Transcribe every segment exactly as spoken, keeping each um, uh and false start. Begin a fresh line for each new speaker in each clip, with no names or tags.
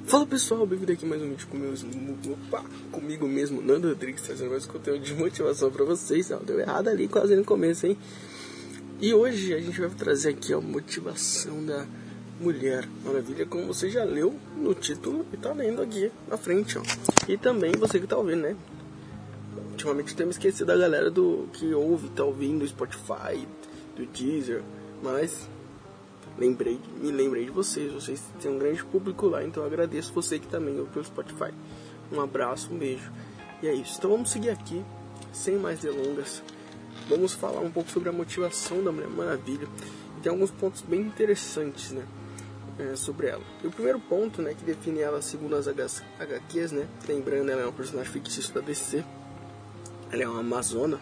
Fala pessoal, bem-vindo aqui mais um vídeo comigo, opa, comigo mesmo, Nando Rodrigues, trazendo mais conteúdo de motivação pra vocês. Não, deu errado ali quase no começo, hein? E hoje a gente vai trazer aqui a motivação da Mulher Maravilha, como você já leu no título e tá lendo aqui na frente, ó. E também você que tá ouvindo, né? Ultimamente eu tenho me esquecido da galera do que ouve, tá ouvindo do Spotify, do Deezer, mas... Lembrei, me lembrei de vocês, vocês têm um grande público lá, então eu agradeço você que também ouve pelo Spotify. Um abraço, um beijo. E é isso, então vamos seguir aqui, sem mais delongas. Vamos falar um pouco sobre a motivação da Mulher Maravilha. E tem alguns pontos bem interessantes, né, é, sobre ela. E o primeiro ponto, né, que define ela segundo as H Qs, né, lembrando, ela é uma personagem fictícia da D C. Ela é uma amazona.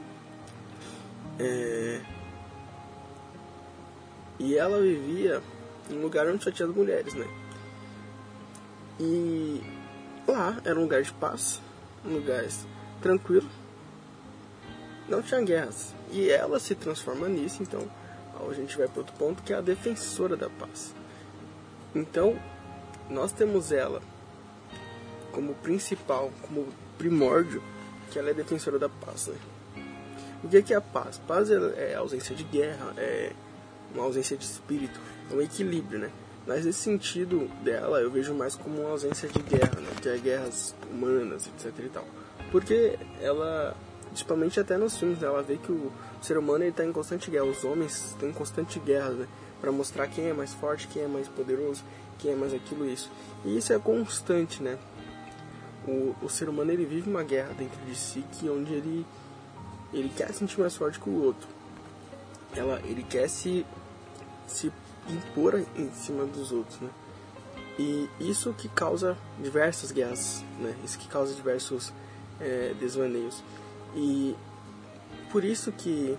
É... E ela vivia em um lugar onde só tinha as mulheres, né? E lá era um lugar de paz, um lugar tranquilo, não tinha guerras. E ela se transforma nisso, então a gente vai para outro ponto, que é a defensora da paz. Então, nós temos ela como principal, como primórdio, que ela é defensora da paz, né? O que é a paz? Paz é a ausência de guerra, é uma ausência de espírito, é um equilíbrio, né? Mas nesse sentido dela, eu vejo mais como uma ausência de guerra, né? Que é guerras humanas, etc e tal. Porque ela, principalmente até nos filmes, né? Ela vê que o ser humano está em constante guerra, os homens estão em constante guerra, né? Para mostrar quem é mais forte, quem é mais poderoso, quem é mais aquilo e isso. E isso é constante, né? O, o ser humano, ele vive uma guerra dentro de si, que onde ele, ele quer se sentir mais forte que o outro. Ela, ele quer se se impor em cima dos outros, né? E isso que causa diversas guerras, né? Isso que causa diversos é, desvaneios. E por isso que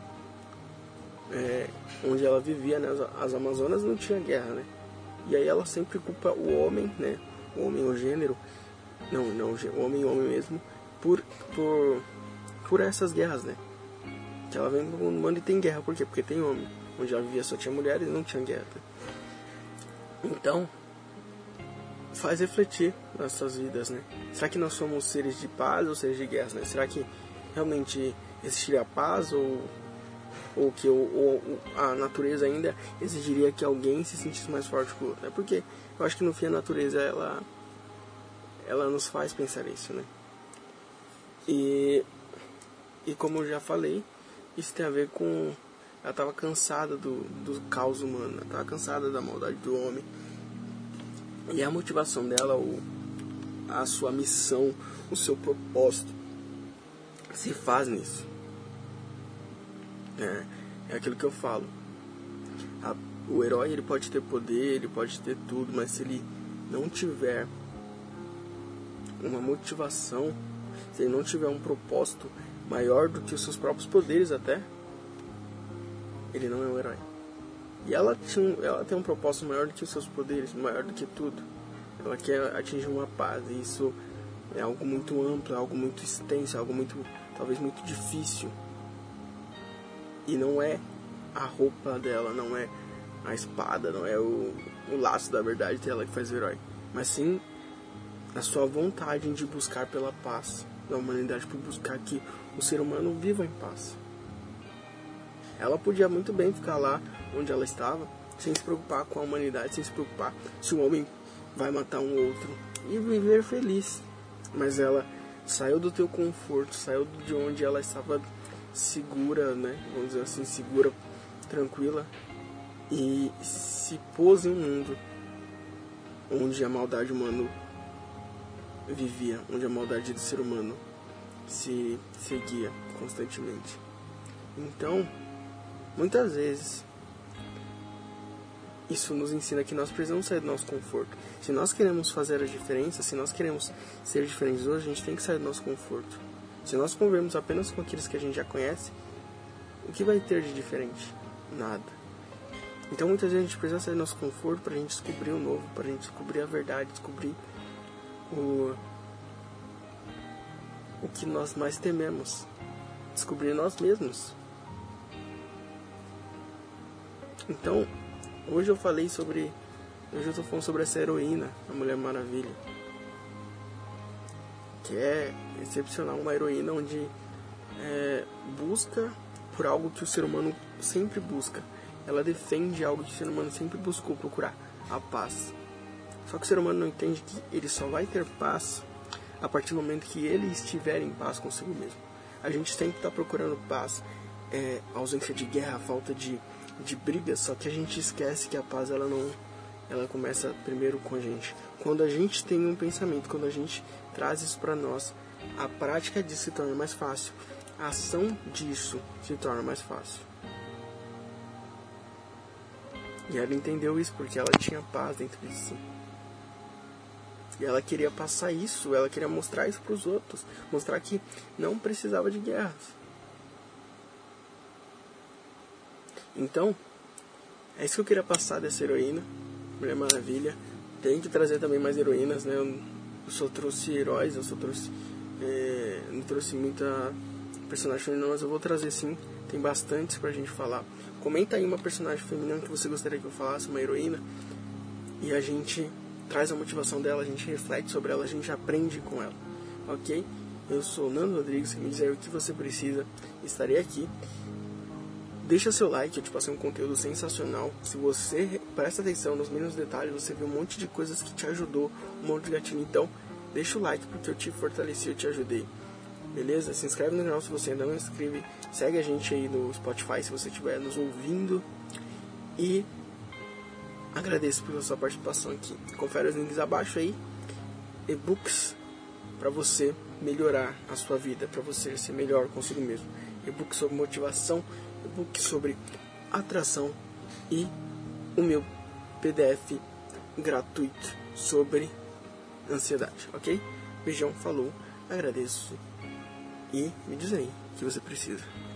é, onde ela vivia, né, as, as Amazonas, não tinha guerra, né? E aí ela sempre culpa o homem, né? O homem, o gênero, não, não, o homem, o homem mesmo, por por por essas guerras, né? Que ela vem no mundo e tem guerra, por quê? Porque tem homem. Onde ela vivia só tinha mulheres e não tinha guerra. Então, faz refletir nossas vidas, né? Será que nós somos seres de paz ou seres de guerra, né? Será que realmente existiria paz ou, ou que ou, ou, a natureza ainda exigiria que alguém se sentisse mais forte que o outro? Né? Porque eu acho que no fim a natureza, ela, ela nos faz pensar isso, né? E, e como eu já falei, isso tem a ver com... Ela estava cansada do, do caos humano, ela estava cansada da maldade do homem. E a motivação dela, o, a sua missão, o seu propósito, se faz nisso. É, é aquilo que eu falo. A, o herói, ele pode ter poder, ele pode ter tudo, mas se ele não tiver uma motivação, se ele não tiver um propósito maior do que os seus próprios poderes até, ele não é um herói. E ela, tinha, ela tem um propósito maior do que os seus poderes, maior do que tudo. Ela quer atingir uma paz, e isso é algo muito amplo, é algo muito extenso, é algo muito, talvez muito difícil. E não é a roupa dela, não é a espada, não é o, o laço da verdade dela que faz o herói. Mas sim a sua vontade de buscar pela paz da humanidade, por buscar que o ser humano viva em paz. Ela podia muito bem ficar lá onde ela estava, sem se preocupar com a humanidade, sem se preocupar se um homem vai matar um outro, e viver feliz. Mas ela saiu do teu conforto, saiu de onde ela estava segura, né? Vamos dizer assim, segura, tranquila, e se pôs em um mundo onde a maldade humana vivia, onde a maldade do ser humano se seguia constantemente. Então, muitas vezes, isso nos ensina que nós precisamos sair do nosso conforto. Se nós queremos fazer a diferença, se nós queremos ser diferentes hoje, a gente tem que sair do nosso conforto. Se nós convivermos apenas com aqueles que a gente já conhece, o que vai ter de diferente? Nada. Então muitas vezes a gente precisa sair do nosso conforto para a gente descobrir o novo, para a gente descobrir a verdade, descobrir o, o que nós mais tememos, descobrir nós mesmos. Então, hoje eu falei sobre Hoje eu tô falando sobre essa heroína, a Mulher Maravilha, que é excepcional, uma heroína onde é, busca por algo que o ser humano sempre busca. Ela defende algo que o ser humano sempre buscou procurar, a paz. Só que o ser humano não entende que ele só vai ter paz a partir do momento que ele estiver em paz consigo mesmo. A gente sempre está procurando paz, é, ausência de guerra, falta de, de briga, só que a gente esquece que a paz ela não, ela começa primeiro com a gente. Quando a gente tem um pensamento, quando a gente traz isso para nós, a prática disso se torna mais fácil, a ação disso se torna mais fácil. E ela entendeu isso porque ela tinha paz dentro de si. E ela queria passar isso, ela queria mostrar isso para os outros. Mostrar que não precisava de guerras. Então, é isso que eu queria passar dessa heroína, Mulher Maravilha. Tem que trazer também mais heroínas, né? Eu só trouxe heróis, eu só trouxe... É, não trouxe muita personagem feminina, mas eu vou trazer sim. Tem bastantes pra gente falar. Comenta aí uma personagem feminina que você gostaria que eu falasse, uma heroína. E a gente... traz a motivação dela, a gente reflete sobre ela, a gente aprende com ela, ok? Eu sou o Nando Rodrigues, me dizer o que você precisa, estarei aqui. Deixa seu like, eu te passei um conteúdo sensacional. Se você presta atenção nos mínimos detalhes, você vê um monte de coisas que te ajudou, um monte de gatilho. Então, deixa o like porque eu te fortaleci, eu te ajudei. Beleza? Se inscreve no canal se você ainda não se inscreve. Segue a gente aí no Spotify se você estiver nos ouvindo. E... agradeço pela sua participação aqui. Confere os links abaixo aí. E-books para você melhorar a sua vida, para você ser melhor consigo mesmo. E-book sobre motivação, e-book sobre atração e o meu P D F gratuito sobre ansiedade, ok? Beijão, falou, agradeço e me diz aí o que você precisa.